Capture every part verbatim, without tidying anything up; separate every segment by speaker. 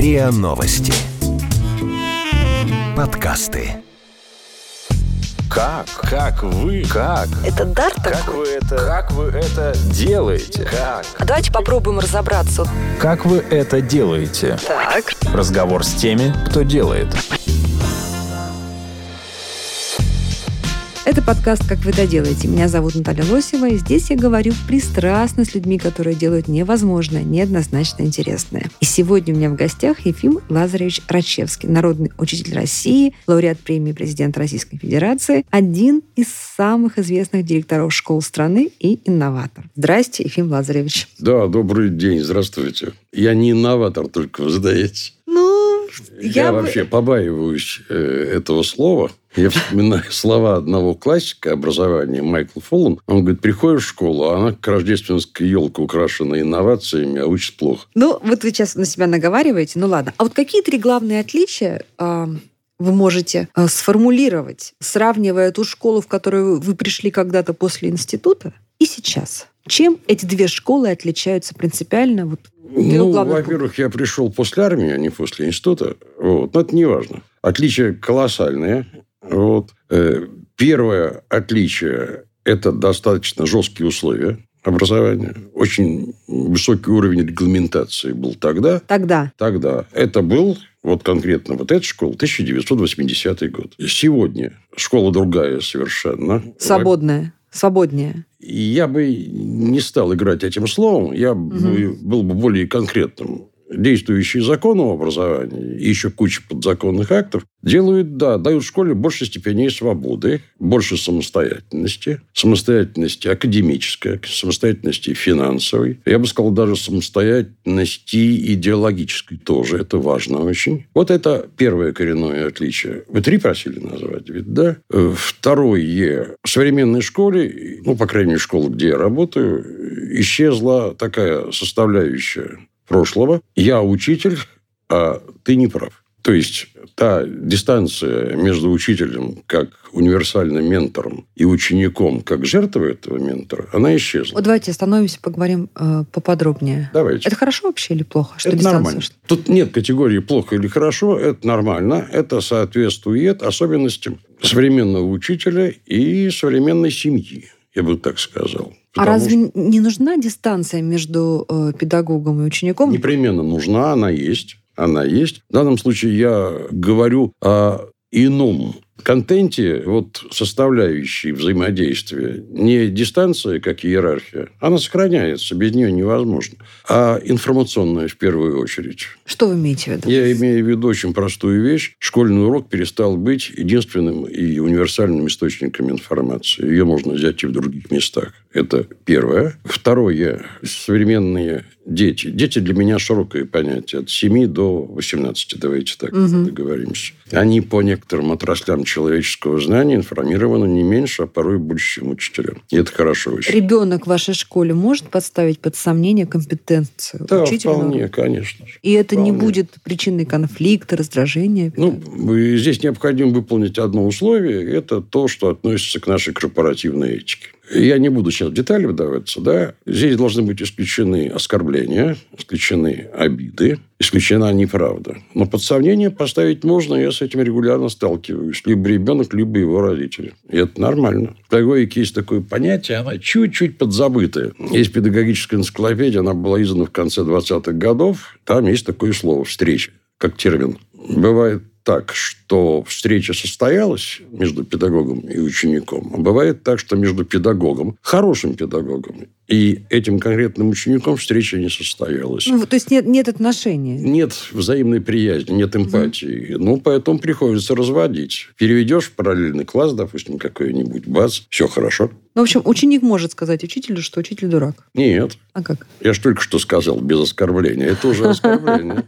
Speaker 1: РИА Новости. Подкасты. Как? Как вы? Как?
Speaker 2: Это дар такой?
Speaker 1: Как вы это, как вы это делаете? Как?
Speaker 2: А давайте попробуем разобраться.
Speaker 3: Как вы это делаете?
Speaker 2: Так.
Speaker 3: Разговор с теми, кто делает.
Speaker 4: Это подкаст «Как вы это делаете». Меня зовут Наталья Лосева, и здесь я говорю пристрастно с людьми, которые делают невозможное, неоднозначно интересное. И сегодня у меня в гостях Ефим Лазаревич Рачевский, народный учитель России, лауреат премии президента Российской Федерации, один из самых известных директоров школ страны и инноватор. Здрасте, Ефим Лазаревич.
Speaker 5: Да, добрый день, здравствуйте. Я не инноватор, только вы задаете.
Speaker 4: Ну,
Speaker 5: я... Я вообще побаиваюсь э, этого слова. Я вспоминаю слова одного классика образования, Майкл Фоллан. Он говорит, приходишь в школу, а она как рождественская елка украшена инновациями, а учит плохо.
Speaker 4: Ну, вот вы сейчас на себя наговариваете. Ну, ладно. А вот какие три главные отличия э, вы можете э, сформулировать, сравнивая ту школу, в которую вы пришли когда-то после института, и сейчас? Чем эти две школы отличаются принципиально? Вот,
Speaker 5: ну, во-первых, пунктов? Я пришел после армии, а не после института. Вот. Но это не важно. Отличия колоссальные. Вот. Первое отличие – это достаточно жесткие условия образования. Очень высокий уровень регламентации был тогда.
Speaker 4: Тогда?
Speaker 5: Тогда. Это был, вот конкретно вот эта школа, тысяча девятьсот восьмидесятый год. Сегодня школа другая совершенно.
Speaker 4: Свободная. Свободнее.
Speaker 5: Я бы не стал играть этим словом. Я угу. бы, был бы более конкретным. Действующие законы об образовании и еще куча подзаконных актов делают, да, дают школе больше степеней свободы, больше самостоятельности, самостоятельности академической, самостоятельности финансовой. Я бы сказал, даже самостоятельности идеологической тоже. Это важно очень. Вот это первое коренное отличие. Вы три просили назвать, ведь, да? Второе. В современной школе, ну, по крайней мере, школа, где я работаю, исчезла такая составляющая прошлого. Я учитель, а ты не прав. То есть, та дистанция между учителем как универсальным ментором и учеником как жертвой этого ментора, она исчезла.
Speaker 4: Вот давайте остановимся, поговорим э, поподробнее.
Speaker 5: Давайте.
Speaker 4: Это хорошо вообще или плохо? Что
Speaker 5: это нормально. Ушла? Тут нет категории плохо или хорошо. Это нормально. Это соответствует особенностям современного учителя и современной семьи, я бы так сказал.
Speaker 4: А разве что... не нужна дистанция между э, педагогом и учеником?
Speaker 5: Непременно нужна, она есть. Она есть. В данном случае я говорю о ином контенте, вот составляющей взаимодействия. Не дистанция, как иерархия. Она сохраняется, без нее невозможно. А информационная в первую очередь.
Speaker 4: Что вы имеете в виду?
Speaker 5: Я имею в виду очень простую вещь. Школьный урок перестал быть единственным и универсальным источником информации. Ее можно взять и в других местах. Это первое. Второе. Современные дети. Дети для меня широкое понятие. От семи до восемнадцати, давайте так угу. договоримся. Они по некоторым отраслям человеческого знания информированы не меньше, а порой больше, чем учителя. И это хорошо очень.
Speaker 4: Ребенок в вашей школе может подставить под сомнение компетенцию
Speaker 5: да,
Speaker 4: учителя?
Speaker 5: Да, вполне, конечно.
Speaker 4: И это
Speaker 5: вполне.
Speaker 4: не будет причиной конфликта, раздражения?
Speaker 5: Ну, здесь необходимо выполнить одно условие. Это то, что относится к нашей корпоративной этике. Я не буду сейчас в детали вдаваться, да. Здесь должны быть исключены оскорбления, исключены обиды, исключена неправда. Но под сомнение поставить можно, я с этим регулярно сталкиваюсь. Либо ребенок, либо его родители. И это нормально. В педагогике есть такое понятие, она чуть-чуть подзабытая. Есть педагогическая энциклопедия, она была издана в конце двадцатых годов. Там есть такое слово «встреча», как термин. Бывает так, что встреча состоялась между педагогом и учеником, а бывает так, что между педагогом, хорошим педагогом, и этим конкретным учеником встреча не состоялась.
Speaker 4: Ну, то есть нет, нет отношений?
Speaker 5: Нет взаимной приязни, нет эмпатии. Угу. Ну, поэтому приходится разводить. Переведешь в параллельный класс, допустим, какой-нибудь, бац, все хорошо.
Speaker 4: Ну, в общем, ученик может сказать учителю, что учитель дурак.
Speaker 5: Нет.
Speaker 4: А как?
Speaker 5: Я же только что сказал, без оскорбления. Это уже оскорбление.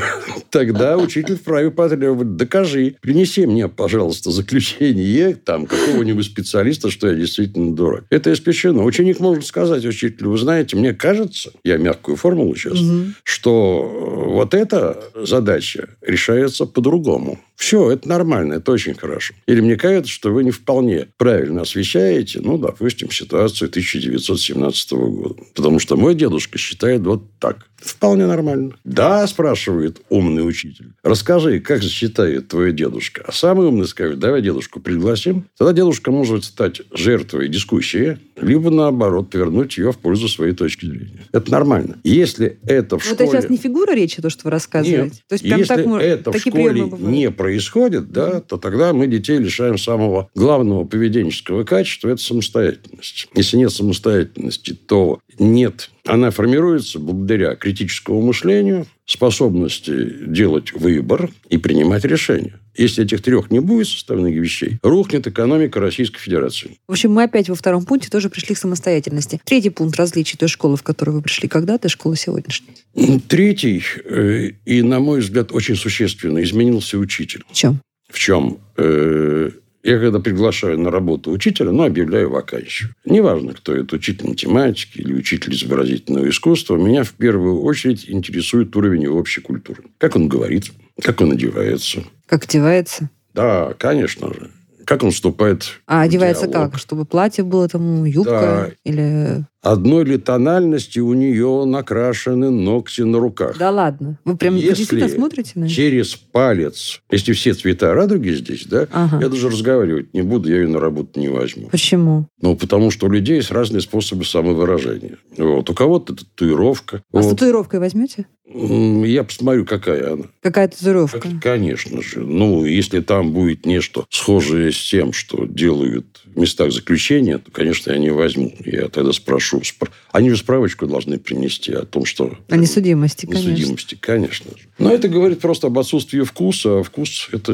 Speaker 5: Тогда учитель вправе потребовать, докажи, принеси мне, пожалуйста, заключение там какого-нибудь специалиста, что я действительно дурак. Это исключено. Ученик может сказать учителю, вы знаете, мне кажется, я мягкую формулу сейчас, что вот эта задача решается по-другому. Все, это нормально, это очень хорошо. Или мне кажется, что вы не вполне правильно освещаете, ну, допустим, ситуацию тысяча девятьсот семнадцатого года. Потому что мой дедушка считает вот так. Вполне нормально. Да, спрашивает умный учитель. Расскажи, как же считает твой дедушка? А самый умный скажет, давай дедушку пригласим. Тогда дедушка может стать жертвой дискуссии, либо, наоборот, повернуть ее в пользу своей точки зрения. Это нормально. Если это в
Speaker 4: Но
Speaker 5: школе...
Speaker 4: это сейчас не фигура речи, то, что вы рассказываете?
Speaker 5: Нет.
Speaker 4: То есть, прям
Speaker 5: Если
Speaker 4: так,
Speaker 5: это в
Speaker 4: такие
Speaker 5: школе
Speaker 4: приемы бывают?
Speaker 5: не происходит, да, mm-hmm. то тогда мы детей лишаем самого главного поведенческого качества – это самостоятельность. Если нет самостоятельности, то нет. Она формируется благодаря критическому мышлению, способности делать выбор и принимать решения. Если этих трех не будет составных вещей, рухнет экономика Российской Федерации.
Speaker 4: В общем, мы опять во втором пункте тоже пришли к самостоятельности. Третий пункт различий той школы, в которую вы пришли когда-то, и школы сегодняшней.
Speaker 5: Третий, и, на мой взгляд, очень существенно, изменился учитель.
Speaker 4: В чем?
Speaker 5: В чем? Я когда приглашаю на работу учителя, ну, объявляю вакансию. Неважно, кто это, учитель математики или учитель изобразительного искусства, меня в первую очередь интересует уровень его общей культуры. Как он говорит, как он одевается.
Speaker 4: Как одевается?
Speaker 5: Да, конечно же. Как он вступает
Speaker 4: А
Speaker 5: в
Speaker 4: одевается
Speaker 5: диалог.
Speaker 4: как? Чтобы платье было там, юбка?
Speaker 5: Да.
Speaker 4: Или...
Speaker 5: Одной ли тональности у нее накрашены ногти на руках.
Speaker 4: Да ладно? Вы прям
Speaker 5: Если
Speaker 4: действительно смотрите на это?
Speaker 5: через палец, если все цвета радуги здесь, да,
Speaker 4: Ага.
Speaker 5: я даже разговаривать не буду, я ее на работу не возьму.
Speaker 4: Почему?
Speaker 5: Ну, потому что у людей есть разные способы самовыражения. Вот. У кого-то это татуировка.
Speaker 4: А с
Speaker 5: Вот.
Speaker 4: татуировкой возьмете?
Speaker 5: М, Я посмотрю, какая она.
Speaker 4: Какая татуировка?
Speaker 5: Как- Конечно же. Ну, если там будет нечто схожее с тем, что делают в местах заключения, то, конечно, я не возьму. Я тогда спрошу. спр- Они же справочку должны принести о том, что...
Speaker 4: О несудимости, конечно.
Speaker 5: Несудимости, конечно же. Но это говорит просто об отсутствии вкуса. А вкус – это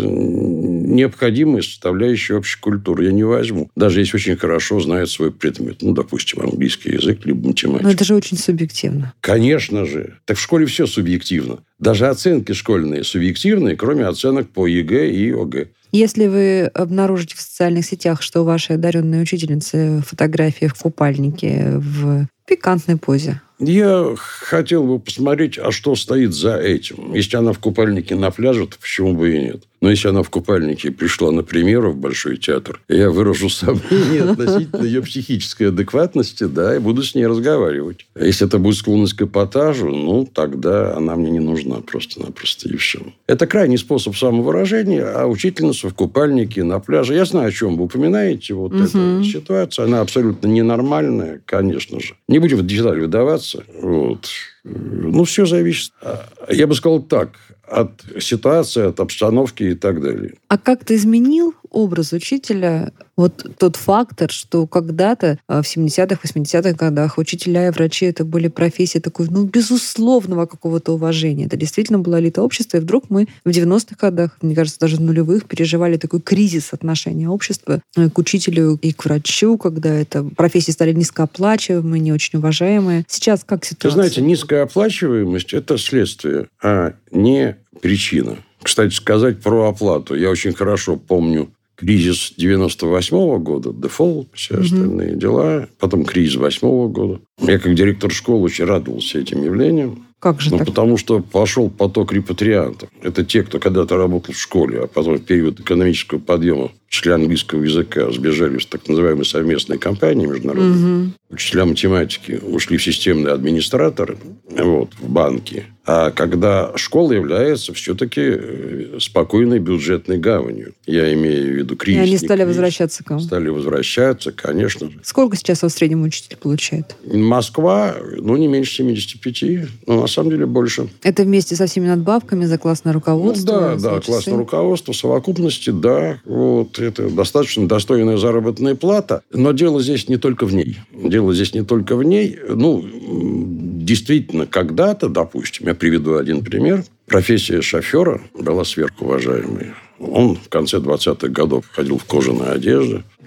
Speaker 5: необходимая составляющая общей культуры. Я не возьму. Даже если очень хорошо знает свой предмет. Ну, допустим, английский язык, либо математика.
Speaker 4: Но это же очень субъективно.
Speaker 5: Конечно же. Так в школе все субъективно. Даже оценки школьные субъективные, кроме оценок по ЕГЭ и ОГЭ.
Speaker 4: Если вы обнаружите в социальных сетях, что у вашей одаренной учительницы фотографии в купальнике в пикантной позе,
Speaker 5: Я хотел бы посмотреть, а что стоит за этим. Если она в купальнике на пляже, то почему бы и нет? Но если она в купальнике пришла на премьеру в Большой театр, я выражу сомнения относительно ее психической адекватности, да, и буду с ней разговаривать. А если это будет склонность к эпатажу, ну, тогда она мне не нужна просто-напросто, и все. Это крайний способ самовыражения, а учительница в купальнике на пляже. Я знаю, о чем вы упоминаете. Вот
Speaker 4: Угу.
Speaker 5: эта ситуация, она абсолютно ненормальная, конечно же. Не будем в детали вдаваться. Вот. Ну, все зависит, я бы сказал так, от ситуации, от обстановки и так далее.
Speaker 4: А как-то изменил образ учителя вот тот фактор, что когда-то в семидесятых, восьмидесятых годах учителя и врачи это были профессии такой, ну, безусловного какого-то уважения. Это действительно была элита общества. И вдруг мы в девяностых годах, мне кажется, даже в нулевых, переживали такой кризис отношения общества к учителю и к врачу, когда это профессии стали низкооплачиваемые, не очень уважаемые. Сейчас как ситуация?
Speaker 5: Вы знаете, низкая оплачиваемость – это следствие, а не причина. Кстати, сказать про оплату. Я очень хорошо помню кризис девяносто восьмого года, дефолт, все
Speaker 4: Мгм.
Speaker 5: остальные дела. Потом кризис восьмого года. Я, как директор школы, очень радовался этим явлениям.
Speaker 4: Как же
Speaker 5: Ну,
Speaker 4: так?
Speaker 5: потому что пошел поток репатриантов. Это те, кто когда-то работал в школе, а потом в период экономического подъема учителя английского языка сбежали в так называемые совместные компании международные.
Speaker 4: Мгм.
Speaker 5: Учителя математики ушли в системные администраторы, вот, в банки. А когда школа является все-таки э, спокойной бюджетной гаванью. Я имею в виду
Speaker 4: И
Speaker 5: кризис.
Speaker 4: они
Speaker 5: не
Speaker 4: стали
Speaker 5: кризис.
Speaker 4: возвращаться к вам.
Speaker 5: Стали возвращаться, конечно же.
Speaker 4: Сколько сейчас в среднем учитель получает?
Speaker 5: Москва, ну, не меньше семидесяти пяти, но на самом деле больше.
Speaker 4: Это вместе со всеми надбавками за классное
Speaker 5: Ну,
Speaker 4: руководство?
Speaker 5: да,
Speaker 4: за
Speaker 5: да,
Speaker 4: часы?
Speaker 5: классное руководство, в совокупности, да. Вот, это достаточно достойная заработная плата. Но дело здесь не только в ней. Дело здесь не только в ней. Ну, м, действительно, когда-то, допустим, я приведу один пример. Профессия шофера была сверхуважаемой. Он в конце двадцатых годов ходил в кожаной одежде.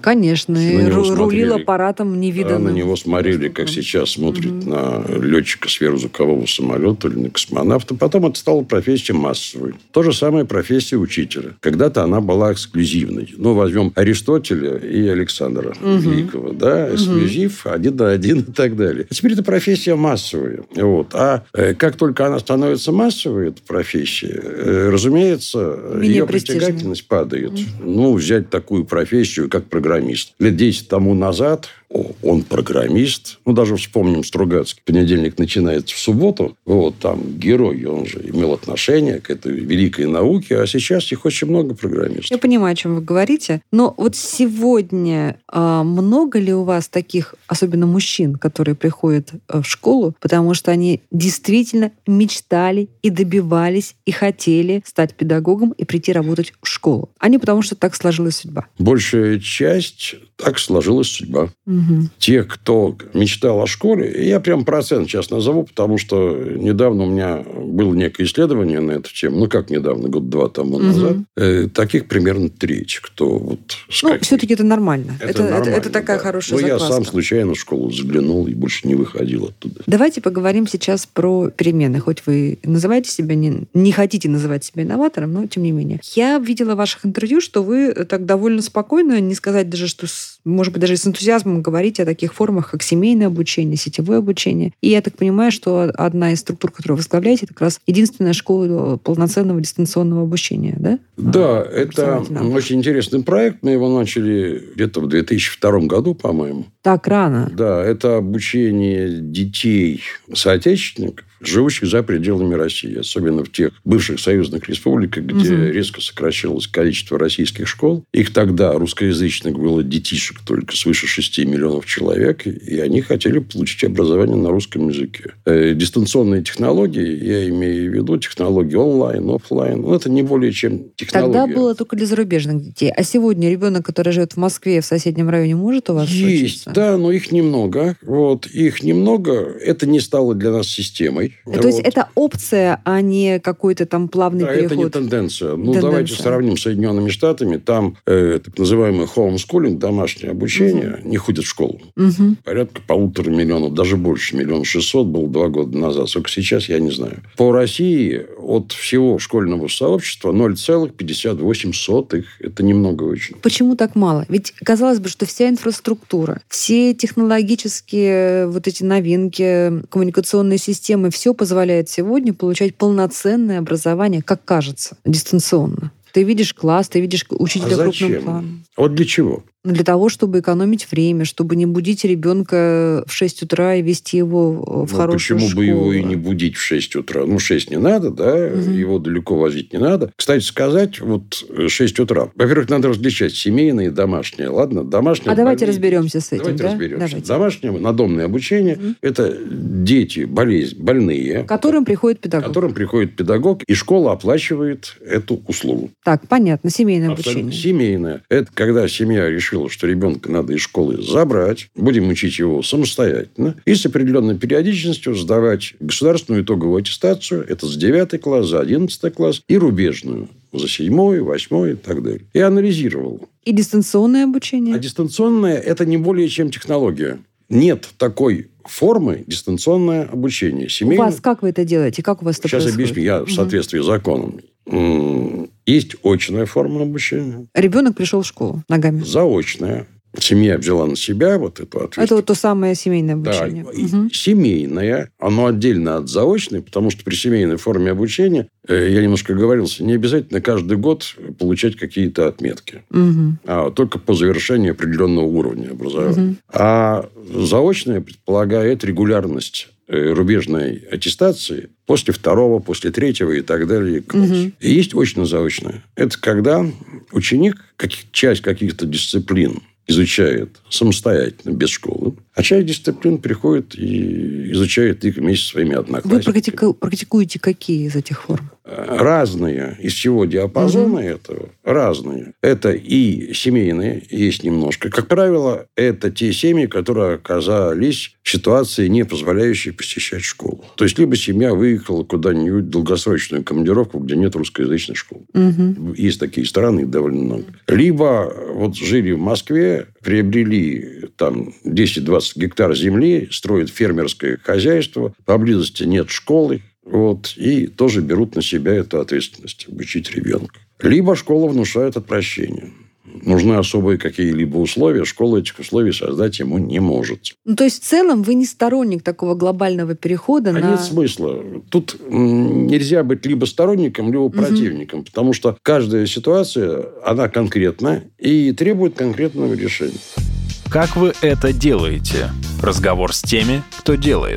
Speaker 4: Конечно, и
Speaker 5: На него
Speaker 4: ру- рулил
Speaker 5: смотрели.
Speaker 4: аппаратом
Speaker 5: Да,
Speaker 4: невиданным.
Speaker 5: на него смотрели, как сейчас смотрят на летчика сверхзвукового самолета или на космонавта. Потом это стало профессией массовой. То же самое профессия учителя. Когда-то она была эксклюзивной. Ну, возьмем Аристотеля и Александра Великого. Да? Эксклюзив, один на один и так далее. А теперь это профессия массовая. Вот. А э, как только она становится массовой, эта профессия, э, разумеется,
Speaker 4: Менее
Speaker 5: ее
Speaker 4: престижной.
Speaker 5: притягательность падает. Ну, взять такую профессию, как программист. Лет десять тому назад о, он программист. Ну, даже вспомним Стругацкий. Понедельник начинается в субботу. Вот там герой, он же имел отношение к этой великой науке. А сейчас их очень много программистов.
Speaker 4: Я понимаю, о чем вы говорите. Но вот сегодня а, много ли у вас таких, особенно мужчин, которые приходят а, в школу, потому что они действительно мечтали и добивались, и хотели стать педагогом и прийти работать в школу, а не потому что так сложилась судьба?
Speaker 5: Большая часть так сложилась судьба.
Speaker 4: Угу.
Speaker 5: Те, кто мечтал о школе, и я прям процент сейчас назову, потому что недавно у меня было некое исследование на эту тему, ну, как недавно, год-два тому
Speaker 4: Угу.
Speaker 5: назад, э, таких примерно треть, кто вот...
Speaker 4: Ну,
Speaker 5: как-
Speaker 4: все-таки это нормально.
Speaker 5: Это,
Speaker 4: Это, это-
Speaker 5: нормально,
Speaker 4: это такая
Speaker 5: да.
Speaker 4: хорошая
Speaker 5: Ну, я
Speaker 4: закваска.
Speaker 5: сам случайно в школу заглянул и больше не выходил оттуда.
Speaker 4: Давайте поговорим сейчас про перемены. Хоть вы называете себя, не, не хотите называть себя инноватором, но тем не менее. Я видела в ваших интервью, что вы так довольно спокойно, не сказать даже, что, с- может быть, даже с энтузиазмом говорите о таких формах, как семейное обучение, сетевое обучение. И я так понимаю, что одна из структур, которую вы возглавляете, это как раз единственная школа полноценного дистанционного обучения, да?
Speaker 5: Да,
Speaker 4: А,
Speaker 5: это
Speaker 4: образовательного.
Speaker 5: очень интересный проект. Мы его начали где-то в две тысячи втором году, по-моему.
Speaker 4: Так рано.
Speaker 5: Да, это обучение детей соотечественников, живущих за пределами России, особенно в тех бывших союзных республиках, где
Speaker 4: Мгм.
Speaker 5: резко сокращалось количество российских школ. Их тогда, русскоязычных, было детишек только свыше шести миллионов человек, и они хотели получить образование на русском языке. Э, дистанционные технологии, я имею в виду технологии онлайн, офлайн, ну, это не более чем технология.
Speaker 4: Тогда было только для зарубежных детей. А сегодня ребенок, который живет в Москве, в соседнем районе, может у вас
Speaker 5: Есть,
Speaker 4: учиться?
Speaker 5: да, но их немного. Вот, их немного. Это не стало для нас системой.
Speaker 4: То есть
Speaker 5: Вот.
Speaker 4: это опция, а не какой-то там плавный
Speaker 5: Да,
Speaker 4: переход?
Speaker 5: это не тенденция. Ну,
Speaker 4: Тенденция.
Speaker 5: давайте сравним с Соединенными Штатами. Там э, так называемый homeschooling, домашнее обучение, не ходят в школу.
Speaker 4: Мгм.
Speaker 5: Порядка полутора миллионов, даже больше, миллион шестьсот было два года назад. Сколько сейчас, я не знаю. По России от всего школьного сообщества ноль целых пятьдесят восемь сотых. Это немного очень.
Speaker 4: Почему так мало? Ведь казалось бы, что вся инфраструктура, все технологические вот эти новинки, коммуникационные системы, все позволяет сегодня получать полноценное образование, как кажется, дистанционно. Ты видишь класс, ты видишь учителя
Speaker 5: А
Speaker 4: крупным
Speaker 5: зачем?
Speaker 4: планом.
Speaker 5: Вот для чего?
Speaker 4: Для того, чтобы экономить время, чтобы не будить ребенка в шесть утра и вести его в
Speaker 5: Ну,
Speaker 4: хорошую
Speaker 5: почему
Speaker 4: школу.
Speaker 5: бы его и не будить в шесть утра? Ну, в шесть не надо, да?
Speaker 4: Мгм.
Speaker 5: Его далеко возить не надо. Кстати сказать, вот шесть утра. Во-первых, надо различать семейное и домашнее. Ладно? Домашнее...
Speaker 4: А давайте
Speaker 5: больные
Speaker 4: разберемся с этим,
Speaker 5: Давайте
Speaker 4: да?
Speaker 5: разберемся.
Speaker 4: Давайте.
Speaker 5: Домашнее, надомное обучение
Speaker 4: Мгм.
Speaker 5: – это дети болезнь, больные,
Speaker 4: К которым приходит
Speaker 5: к
Speaker 4: педагог.
Speaker 5: которым приходит педагог, и школа оплачивает эту услугу.
Speaker 4: Так, понятно, семейное
Speaker 5: Абсолютно
Speaker 4: обучение.
Speaker 5: семейное. Это когда семья решила, что ребенка надо из школы забрать, будем учить его самостоятельно, и с определенной периодичностью сдавать государственную итоговую аттестацию, это за девятый класс, за одиннадцатый класс, и рубежную за седьмой, восьмой и так далее. И анализировал.
Speaker 4: И дистанционное обучение.
Speaker 5: А дистанционное – это не более чем технология. Нет такой формы дистанционное обучение.
Speaker 4: У
Speaker 5: Семейное...
Speaker 4: вас как вы это делаете? Как у вас это
Speaker 5: Сейчас
Speaker 4: происходит?
Speaker 5: объясню. Я в соответствии с законом. М, Есть очная форма обучения,
Speaker 4: Ребенок пришел в школу ногами.
Speaker 5: заочная. Семья взяла на себя вот эту ответственность.
Speaker 4: Это вот то самое семейное
Speaker 5: Да,
Speaker 4: обучение.
Speaker 5: и
Speaker 4: Мгм.
Speaker 5: семейное, оно отдельно от заочной, потому что при семейной форме обучения, э, я немножко оговорился, не обязательно каждый год получать какие-то отметки,
Speaker 4: Мгм.
Speaker 5: а только по завершению определенного уровня образования.
Speaker 4: Мгм.
Speaker 5: А заочное предполагает регулярность э, рубежной аттестации после второго, после третьего и так далее класса.
Speaker 4: Мгм.
Speaker 5: И есть очно-заочное. Это когда ученик каких- часть каких-то дисциплин изучает самостоятельно, без школы, а часть дисциплин приходит и изучает их вместе со своими
Speaker 4: Вы
Speaker 5: одноклассниками.
Speaker 4: практику- практикуете какие из этих форм?
Speaker 5: Разные. Из всего диапазона этого разные. Это и семейные, есть немножко. Как правило, это те семьи, которые оказались в ситуации, не позволяющей посещать школу. То есть, либо семья выехала куда-нибудь в долгосрочную командировку, где нет русскоязычной школы.
Speaker 4: Мгм.
Speaker 5: Есть такие страны, их довольно много. Либо вот жили в Москве, Москве приобрели там десять-двадцать гектар земли, строят фермерское хозяйство, поблизости нет школы, вот, и тоже берут на себя эту ответственность обучить ребенка. Либо школа внушает отвращение. Нужны особые какие-либо условия, школа этих условий создать ему не может.
Speaker 4: Ну, то есть, в целом, вы не сторонник такого глобального перехода
Speaker 5: а
Speaker 4: на...
Speaker 5: нет смысла. Тут нельзя быть либо сторонником, либо противником, угу. потому что каждая ситуация, она конкретна и требует конкретного решения.
Speaker 3: Как вы это делаете? Разговор с теми, кто делает.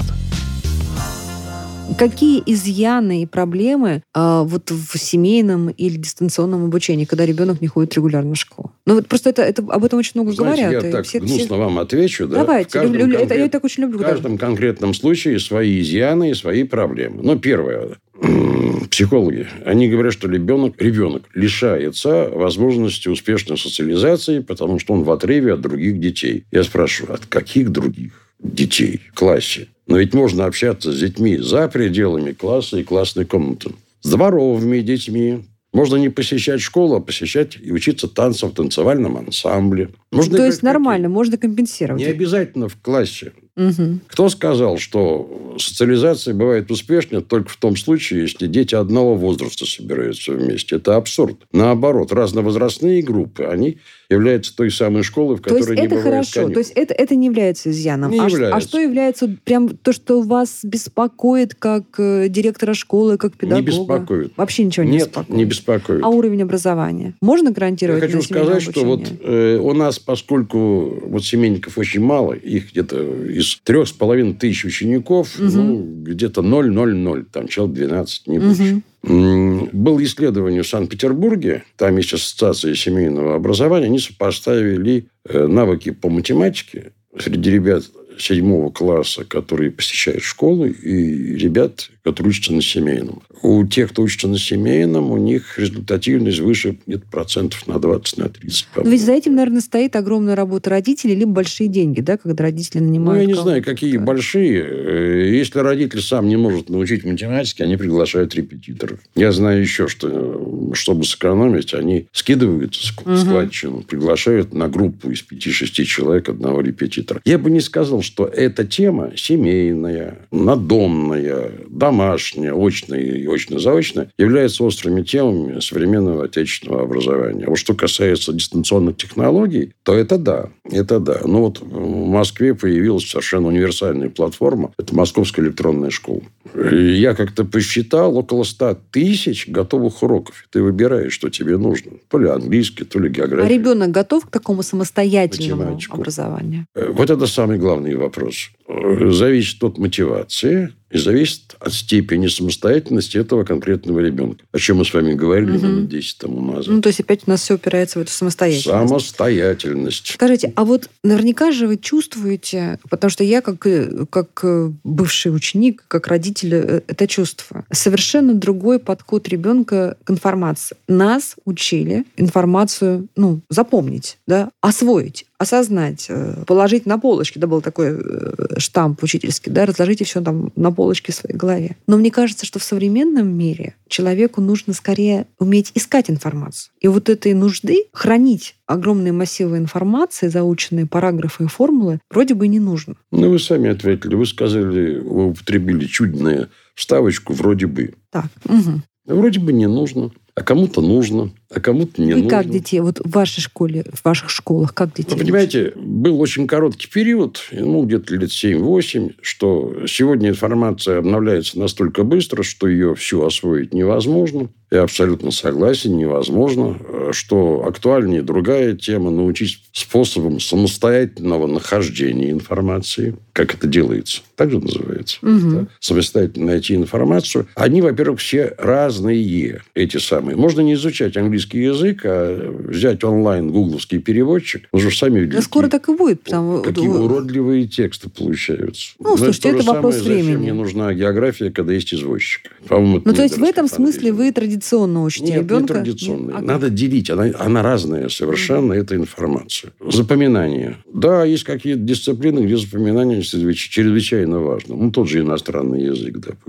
Speaker 4: Какие изъяны и проблемы э, вот в семейном или дистанционном обучении, когда ребенок не ходит регулярно в школу? Ну вот просто это, это об этом очень много
Speaker 5: Знаете,
Speaker 4: говорят.
Speaker 5: я
Speaker 4: и
Speaker 5: так
Speaker 4: все,
Speaker 5: гнусно
Speaker 4: все...
Speaker 5: вам отвечу. Да?
Speaker 4: Давайте. Люблю,
Speaker 5: конкрет...
Speaker 4: это, я так очень люблю.
Speaker 5: В каждом да. конкретном случае свои изъяны и свои проблемы. Ну, первое. Психологи, они говорят, что ребенок, ребенок лишается возможности успешной социализации, потому что он в отрыве от других детей. Я спрашиваю, от каких других детей в классе? Но ведь можно общаться с детьми за пределами класса и классной комнаты. С дворовыми детьми. Можно не посещать школу, а посещать и учиться танцам в танцевальном ансамбле. Можно
Speaker 4: То есть нормально, можно компенсировать.
Speaker 5: Не обязательно в классе.
Speaker 4: Угу.
Speaker 5: Кто сказал, что социализация бывает успешнее только в том случае, если дети одного возраста собираются вместе? Это абсурд. Наоборот, разновозрастные группы, они являются той самой школой, в которой
Speaker 4: то есть
Speaker 5: не
Speaker 4: это
Speaker 5: бывает
Speaker 4: хорошо.
Speaker 5: каникул.
Speaker 4: То есть это, это не является изъяном.
Speaker 5: Не
Speaker 4: а,
Speaker 5: является.
Speaker 4: а что является прям то, что вас беспокоит как э, директора школы, как педагога?
Speaker 5: Не беспокоит.
Speaker 4: Вообще ничего не
Speaker 5: Нет,
Speaker 4: беспокоит?
Speaker 5: не беспокоит.
Speaker 4: А уровень образования? Можно гарантировать?
Speaker 5: Я хочу сказать, что вот э, у нас, поскольку вот семейников очень мало, их где-то из трех с половиной тысяч учеников, угу. ну, где-то ноль ноль ноль, там человек двенадцать, не больше. Угу. Было исследование в Санкт-Петербурге, там есть ассоциация семейного образования, они сопоставили навыки по математике среди ребят седьмого класса, которые посещают школу, и ребят, которые учатся на семейном. У тех, кто учится на семейном, у них результативность выше где-то процентов на двадцать, на тридцать.
Speaker 4: Но ведь за этим, наверное, стоит огромная работа родителей, либо большие деньги, да, когда родители нанимают.
Speaker 5: Ну, я не знаю, какие большие. Если родитель сам не может научить математике, они приглашают репетиторов. Я знаю еще, что, чтобы сэкономить, они скидывают складчину, угу. приглашают на группу из пяти-шести человек одного репетитора. Я бы не сказал, что эта тема семейная, надомная, домашняя, очная и очно-заочная является острыми темами современного отечественного образования. А вот что касается дистанционных технологий, то это да, это да. Но вот в Москве появилась совершенно универсальная платформа. Это Московская электронная школа. И я как-то посчитал около ста тысяч готовых уроков. Ты выбираешь, что тебе нужно. То ли английский, то ли география.
Speaker 4: А ребенок готов к такому самостоятельному
Speaker 5: математику.
Speaker 4: Образованию?
Speaker 5: Вот это самый главный вопрос. Зависит от мотивации и зависит от степени самостоятельности этого конкретного ребенка. О чем мы с вами говорили
Speaker 4: угу.
Speaker 5: минут десять тому назад.
Speaker 4: Ну, то есть опять у нас все упирается в эту самостоятельность.
Speaker 5: Самостоятельность.
Speaker 4: Скажите, а вот наверняка же вы чувствуете, потому что я как, как бывший ученик, как родитель это чувствую, совершенно другой подход ребенка к информации. Нас учили информацию, ну, запомнить, да, освоить, осознать, положить на полочки. Да, был такой штамп учительский, да, разложите все там на полочке в своей голове. Но мне кажется, что в современном мире человеку нужно скорее уметь искать информацию. И вот этой нужды хранить огромные массивы информации, заученные параграфы и формулы, вроде бы не нужно.
Speaker 5: Ну, вы сами ответили. Вы сказали, вы употребили чудную вставочку «вроде бы».
Speaker 4: Так. Угу.
Speaker 5: Вроде бы не нужно. А кому-то нужно, а кому-то не
Speaker 4: и
Speaker 5: нужно.
Speaker 4: И как детей, вот в вашей школе, в ваших школах, как детей?
Speaker 5: Вы понимаете, был очень короткий период, ну, где-то лет семь-восемь, что сегодня информация обновляется настолько быстро, что ее всю освоить невозможно. Я абсолютно согласен, невозможно. Что актуальнее другая тема – научить способам самостоятельного нахождения информации. Как это делается? Так же называется.
Speaker 4: Угу.
Speaker 5: Да? Самостоятельно найти информацию. Они, во-первых, все разные, эти самые. Можно не изучать английский язык, а взять онлайн гугловский переводчик. Вы же сами видели.
Speaker 4: Да скоро так и будет. Потому...
Speaker 5: Какие уродливые тексты получаются.
Speaker 4: Ну, Но слушайте, это, это вопрос
Speaker 5: самое,
Speaker 4: времени.
Speaker 5: Зачем мне нужна география, когда есть извозчик? По-моему,
Speaker 4: ну, то есть в этом смысле вы традиционно учите
Speaker 5: Нет,
Speaker 4: ребенка?
Speaker 5: не традиционно.
Speaker 4: Нет?
Speaker 5: Надо делить. Она, она разная совершенно, mm-hmm. эта информация. Запоминание. Да, есть какие-то дисциплины, где запоминание чрезвычайно важно. Ну, тот же иностранный язык, допустим.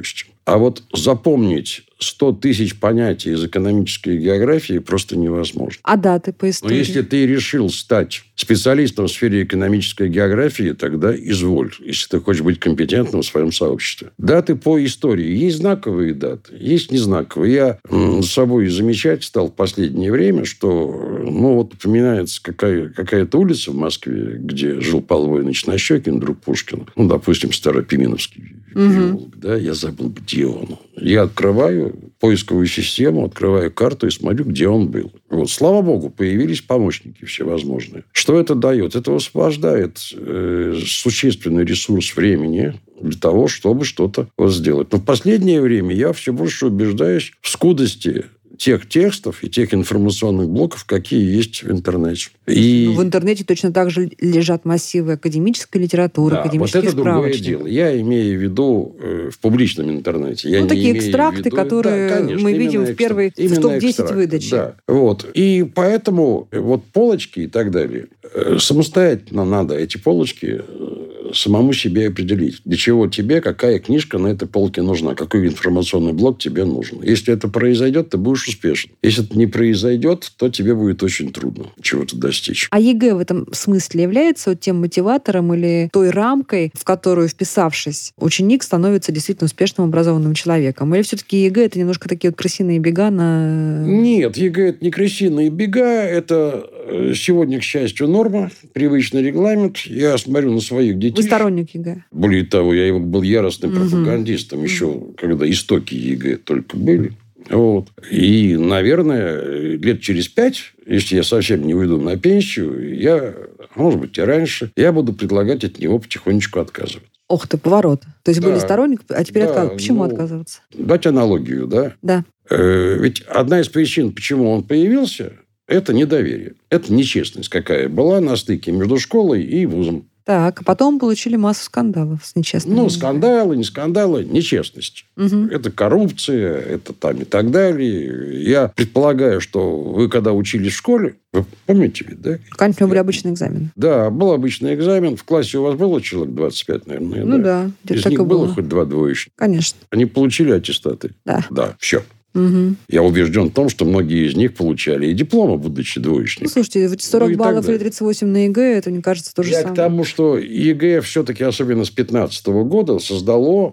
Speaker 5: А вот запомнить сто тысяч понятий из экономической географии просто невозможно.
Speaker 4: А даты по истории?
Speaker 5: Но если ты решил стать специалистом в сфере экономической географии, тогда изволь, если ты хочешь быть компетентным в своем сообществе. Даты по истории. Есть знаковые даты, есть незнаковые. Я м, с собой замечать стал в последнее время, что ну, вот упоминается какая, какая-то улица в Москве, где жил Павел Воинович Нащекин, друг Пушкина. Ну, допустим, Старопименовский переулок. Угу. Да, я забыл, где он. Я открываю поисковую систему, открываю карту и смотрю, где он был. Вот. Слава богу, появились помощники всевозможные. Что это дает? Это освобождает э, существенный ресурс времени для того, чтобы что-то вот сделать. Но в последнее время я все больше убеждаюсь в скудости тех текстов и тех информационных блоков, какие есть в интернете. И...
Speaker 4: В интернете точно так же лежат массивы академической литературы,
Speaker 5: да,
Speaker 4: академических
Speaker 5: вот это
Speaker 4: справочников.
Speaker 5: другое дело. Я имею в виду э, в публичном интернете. Я
Speaker 4: ну,
Speaker 5: не
Speaker 4: такие
Speaker 5: имею
Speaker 4: экстракты,
Speaker 5: в виду...
Speaker 4: которые
Speaker 5: да, конечно,
Speaker 4: мы видим
Speaker 5: экстракт.
Speaker 4: в первой в топ десять выдаче.
Speaker 5: Да. Вот. И поэтому вот полочки и так далее. Э, самостоятельно надо эти полочки самому себе определить, для чего тебе какая книжка на этой полке нужна, какой информационный блок тебе нужен. Если это произойдет, ты будешь успешен. Если это не произойдет, то тебе будет очень трудно чего-то достичь.
Speaker 4: А ЕГЭ в этом смысле является вот тем мотиватором или той рамкой, в которую, вписавшись, ученик становится действительно успешным образованным человеком? Или все-таки ЕГЭ — это немножко такие вот крысиные бега на...
Speaker 5: Нет, ЕГЭ — это не крысиные бега, это сегодня, к счастью, норма, привычный регламент. Я смотрю на своих детей.
Speaker 4: Вы сторонник ЕГЭ?
Speaker 5: Более того, я был яростным угу. пропагандистом еще, угу. когда истоки ЕГЭ только были. Вот. И, наверное, лет через пять, если я совсем не уйду на пенсию, я, может быть, и раньше, я буду предлагать от него потихонечку отказываться.
Speaker 4: Ох ты, поворот. То есть да. были сторонник, а теперь
Speaker 5: да,
Speaker 4: отказываться. Почему
Speaker 5: ну,
Speaker 4: отказываться?
Speaker 5: Дать аналогию, да?
Speaker 4: Да.
Speaker 5: Э, ведь одна из причин, почему он появился, это недоверие. Это нечестность какая была на стыке между школой и вузом.
Speaker 4: Так, а потом получили массу скандалов с нечестными.
Speaker 5: Ну, скандалы, не скандалы, нечестность. Угу. Это коррупция, это там и так далее. Я предполагаю, что вы, когда учились в школе, вы помните ведь, да?
Speaker 4: Конечно, у меня были обычные экзамены.
Speaker 5: Да, был обычный экзамен. В классе у вас было человек двадцать пять, наверное.
Speaker 4: Ну
Speaker 5: да.
Speaker 4: да.
Speaker 5: Из них было хоть два двоечника?
Speaker 4: Конечно.
Speaker 5: Они получили аттестаты?
Speaker 4: Да.
Speaker 5: Да, все.
Speaker 4: Угу.
Speaker 5: Я убежден в том, что многие из них получали и дипломы, будучи двоечниками.
Speaker 4: Ну, слушайте, сорок
Speaker 5: ну,
Speaker 4: баллов или тридцать восемь на ЕГЭ, это, мне кажется, то же
Speaker 5: Я
Speaker 4: самое.
Speaker 5: к тому, что ЕГЭ все-таки, особенно с пятнадцатого года, создало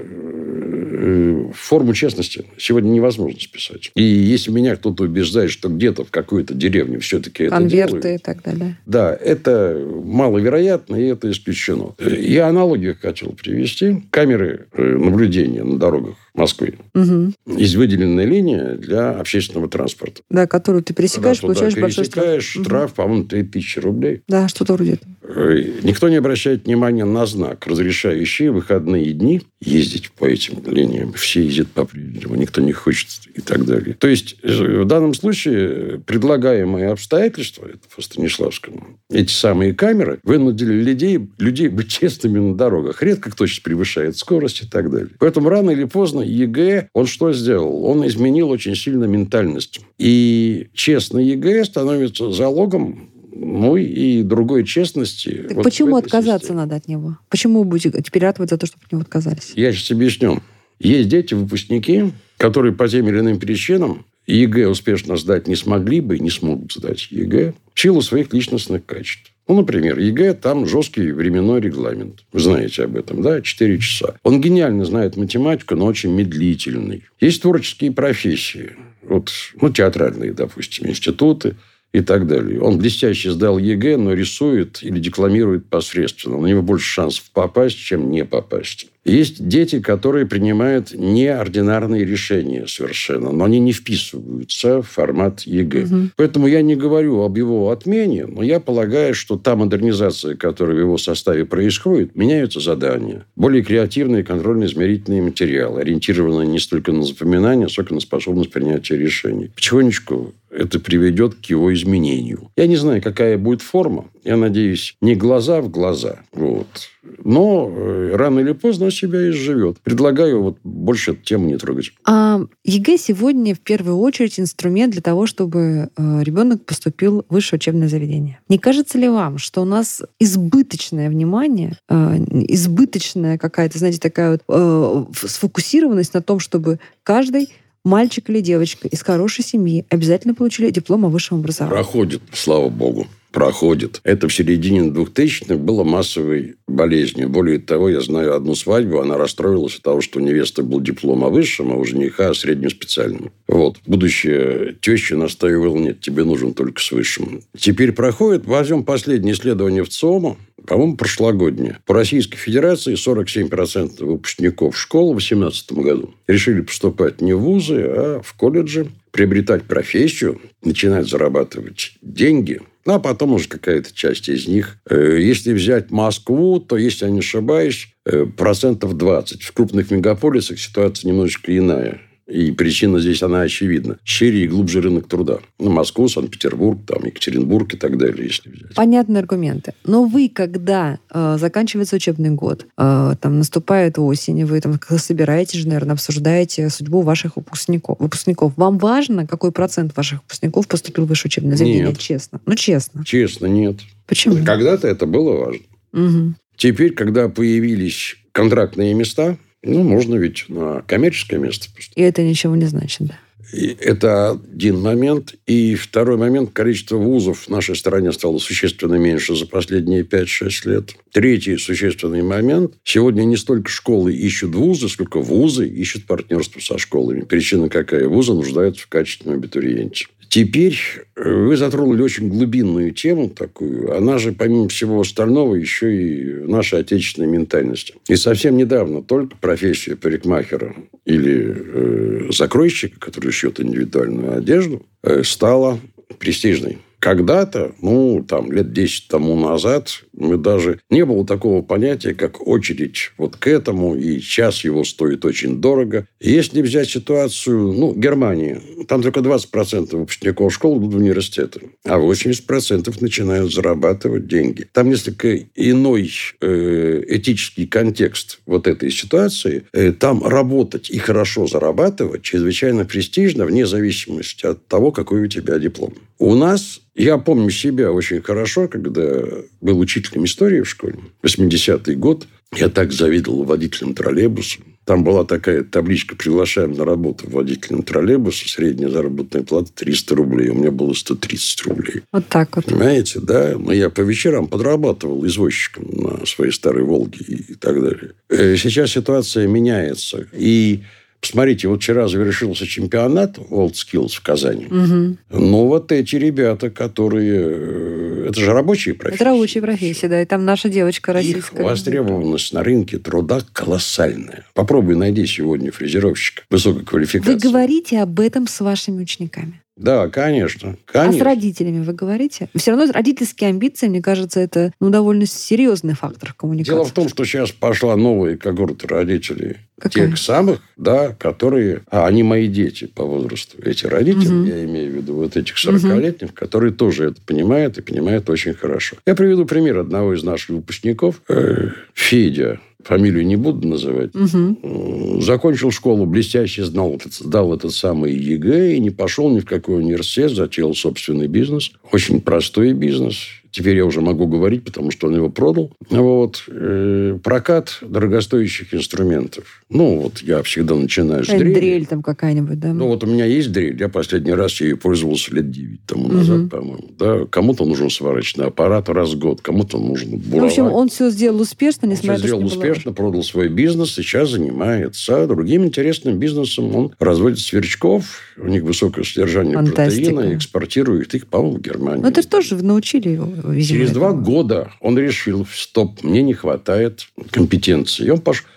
Speaker 5: э, форму честности. Сегодня невозможно списать. И если меня кто-то убеждает, что где-то в какой-то деревне все-таки это делают...
Speaker 4: Конверты и так далее.
Speaker 5: Да, это маловероятно, и это исключено. Я аналогию хотел привести. Камеры наблюдения на дорогах Москвы. Угу. Есть выделенная линия для общественного транспорта.
Speaker 4: Да, которую ты пересекаешь,
Speaker 5: Когда
Speaker 4: получаешь большой штраф.
Speaker 5: Пересекаешь штраф, угу. по-моему, три тысячи рублей.
Speaker 4: Да, что-то вроде этого.
Speaker 5: Никто не обращает внимания на знак, разрешающий в выходные дни ездить по этим линиям. Все ездят по-прежнему, никто не хочет и так далее. То есть, в данном случае, предлагаемые обстоятельства, это по Станиславскому, эти самые камеры вынудили людей, людей быть честными на дорогах. Редко кто сейчас превышает скорость и так далее. Поэтому рано или поздно ЕГЭ, он что сделал? Он изменил очень сильно ментальность. И честный ЕГЭ становится залогом, ну, и другой честности.
Speaker 4: Так
Speaker 5: вот
Speaker 4: почему отказаться
Speaker 5: системе.
Speaker 4: Надо от него? Почему будете теперь ратовать за то, чтобы от него отказались?
Speaker 5: Я сейчас объясню. Есть дети, выпускники, которые по тем или иным причинам ЕГЭ успешно сдать не смогли бы и не смогут сдать ЕГЭ в силу своих личностных качеств. Ну, например, ЕГЭ, там жесткий временной регламент. Вы знаете об этом, да? четыре часа. Он гениально знает математику, но очень медлительный. Есть творческие профессии. Вот, ну, театральные, допустим, институты и так далее. Он блестяще сдал ЕГЭ, но рисует или декламирует посредственно. У него больше шансов попасть, чем не попасть. Есть дети, которые принимают неординарные решения совершенно, но они не вписываются в формат ЕГЭ. Угу. Поэтому я не говорю об его отмене, но я полагаю, что та модернизация, которая в его составе происходит, меняются задания. Более креативные контрольно-измерительные материалы, ориентированные не столько на запоминание, сколько на способность принятия решений. Потихонечку это приведет к его изменению. Я не знаю, какая будет форма. Я надеюсь, не глаза в глаза, вот, Но э, рано или поздно себя изживет. Предлагаю вот больше эту тему не трогать.
Speaker 4: А ЕГЭ сегодня в первую очередь инструмент для того, чтобы э, ребенок поступил в высшее учебное заведение. Не кажется ли вам, что у нас избыточное внимание, э, избыточная какая-то, знаете, такая вот э, сфокусированность на том, чтобы каждый мальчик или девочка из хорошей семьи обязательно получили диплом о высшем образовании?
Speaker 5: Проходит, слава богу. Проходит. Это в середине двухтысячных было массовой болезнью. Более того, я знаю одну свадьбу, она расстроилась от того, что у невесты был диплом о высшем, а у жениха о среднем специальном. Вот. Будущая теща настаивала, нет, тебе нужен только с высшим. Теперь проходит, возьмем последнее исследование в ЦИОМа, по-моему, прошлогоднее. По Российской Федерации сорок семь процентов выпускников школ в две тысячи восемнадцатом году решили поступать не в вузы, а в колледжи, приобретать профессию, начинать зарабатывать деньги. Ну, а потом уже какая-то часть из них. Если взять Москву, то, если я не ошибаюсь, процентов двадцать. В крупных мегаполисах ситуация немножечко иная. И причина здесь, она очевидна. Шире и глубже рынок труда. Ну, Москву, Санкт-Петербург, там, Екатеринбург и так далее, если взять.
Speaker 4: Понятные аргументы. Но вы, когда э, заканчивается учебный год, э, там наступает осень, вы там собираетесь же, наверное, обсуждаете судьбу ваших выпускников. выпускников. Вам важно, какой процент ваших выпускников поступил в высшее учебное заведение?
Speaker 5: Нет.
Speaker 4: Честно. Ну, честно.
Speaker 5: Честно, нет.
Speaker 4: Почему?
Speaker 5: Когда-то это было важно.
Speaker 4: Угу.
Speaker 5: Теперь, когда появились контрактные места, ну, можно ведь на коммерческое место поступить.
Speaker 4: И это ничего не значит, да?
Speaker 5: И это один момент. И второй момент. Количество вузов в нашей стране стало существенно меньше за последние пять-шесть лет. Третий существенный момент. Сегодня не столько школы ищут вузы, сколько вузы ищут партнерство со школами. Причина какая? Вузы нуждаются в качественном абитуриенте. Теперь вы затронули очень глубинную тему такую. Она же, помимо всего остального, еще и наша отечественная ментальность. И совсем недавно только профессия парикмахера или э, закройщика, который шьет индивидуальную одежду, э, стала престижной. Когда-то, ну, там, лет десять тому назад, мы даже... Не было такого понятия, как очередь вот к этому, и час его стоит очень дорого. И если взять ситуацию, ну, Германии, там только двадцать процентов выпускников школ идут в университеты, а восемьдесят процентов начинают зарабатывать деньги. Там несколько иной э, этический контекст вот этой ситуации. Э, там работать и хорошо зарабатывать чрезвычайно престижно, вне зависимости от того, какой у тебя диплом. У нас... Я помню себя очень хорошо, когда был учителем истории в школе. восьмидесятый год. Я так завидовал водителям троллейбуса. Там была такая табличка «Приглашаем на работу водителем троллейбуса». Средняя заработная плата триста рублей. У меня было сто тридцать рублей.
Speaker 4: Вот так вот.
Speaker 5: Понимаете, да? Но я по вечерам подрабатывал извозчиком на своей старой «Волге» и так далее. Сейчас ситуация меняется. И... Посмотрите, вот вчера завершился чемпионат WorldSkills в Казани.
Speaker 4: Угу.
Speaker 5: Ну, вот эти ребята, которые... Это же рабочие профессии.
Speaker 4: Это рабочие профессии, да. И там наша девочка российская.
Speaker 5: Их востребованность на рынке труда колоссальная. Попробуй найди сегодня фрезеровщика высокой квалификации.
Speaker 4: Вы говорите об этом с вашими учениками?
Speaker 5: Да, конечно. конечно.
Speaker 4: А с родителями вы говорите? Все равно родительские амбиции, мне кажется, это ну, довольно серьезный фактор в коммуникации.
Speaker 5: Дело в том, что сейчас пошла новая когорта родителей.
Speaker 4: Какая?
Speaker 5: Тех самых, да, которые... А, они мои дети по возрасту. Эти родители,
Speaker 4: угу.
Speaker 5: я имею в виду вот этих сорокалетних, угу. которые тоже это понимают и понимают очень хорошо. Я приведу пример одного из наших выпускников. Федя. Фамилию не буду называть. Угу. Закончил школу, блестяще сдал, сдал этот самый ЕГЭ и не пошел ни в какой университет, затеял собственный бизнес. Очень простой бизнес. Теперь я уже могу говорить, потому что он его продал. Вот. Э, прокат дорогостоящих инструментов. Ну, вот я всегда начинаю с дрели.
Speaker 4: Дрель там какая-нибудь, да?
Speaker 5: Ну, вот у меня есть дрель. Я последний раз ею пользовался лет девять тому назад, угу. по-моему. Да? Кому-то нужен сварочный аппарат раз в год, кому-то нужен буровак.
Speaker 4: В общем, он все сделал успешно, несмотря на то, что
Speaker 5: сделал успешно, продал свой бизнес, сейчас занимается другим интересным бизнесом. Он разводит сверчков, у них высокое содержание Фантастика. Протеина, экспортирует их, по-моему, в Германию.
Speaker 4: Ну, это же тоже вы научили его. Видимо,
Speaker 5: Через
Speaker 4: этого.
Speaker 5: два года он решил, стоп, мне не хватает компетенции. И он пош...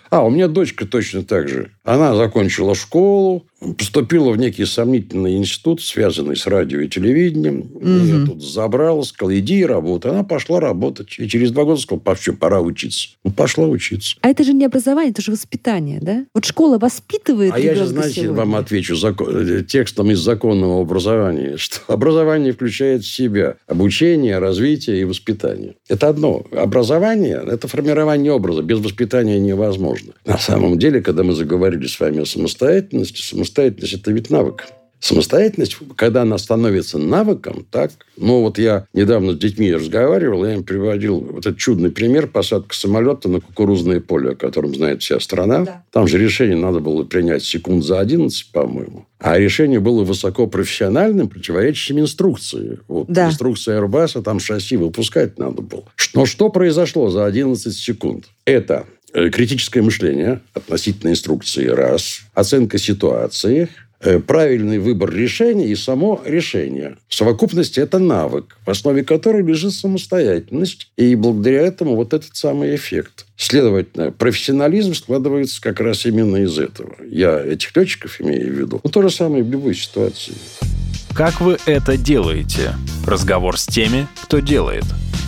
Speaker 5: А, у меня дочка точно так же. Она закончила школу, поступила в некий сомнительный институт, связанный с радио и телевидением. Угу. Ее тут забрала, сказала, иди и работай. Она пошла работать. И через два года сказала, вообще, пора учиться. Ну, пошла учиться.
Speaker 4: А это же не образование, это же воспитание, да? Вот школа воспитывает
Speaker 5: А я же, знаете,
Speaker 4: сегодня.
Speaker 5: вам отвечу закон, текстом из законного образования, что образование включает в себя обучение, развитие и воспитание. Это одно. Образование – это формирование образа. Без воспитания невозможно. На самом деле, когда мы заговорили с вами о самостоятельности, самостоятельность – это ведь навык. Самостоятельность, когда она становится навыком, так, ну вот я недавно с детьми разговаривал, я им приводил вот этот чудный пример посадка самолета на кукурузное поле, о котором знает вся страна. Да. Там же решение надо было принять секунд за одиннадцать, по-моему. А решение было высокопрофессиональным, противоречащим инструкции. Вот, да. Инструкция Airbus, там шасси выпускать надо было. Но что произошло за одиннадцать секунд? Это критическое мышление относительно инструкции, раз, оценка ситуации, правильный выбор решения и само решение. В совокупности это навык, в основе которой лежит самостоятельность. И благодаря этому вот этот самый эффект. Следовательно, профессионализм складывается как раз именно из этого. Я этих летчиков имею в виду. Ну, то же самое в любой ситуации.
Speaker 3: Как вы это делаете? Разговор с теми, кто делает.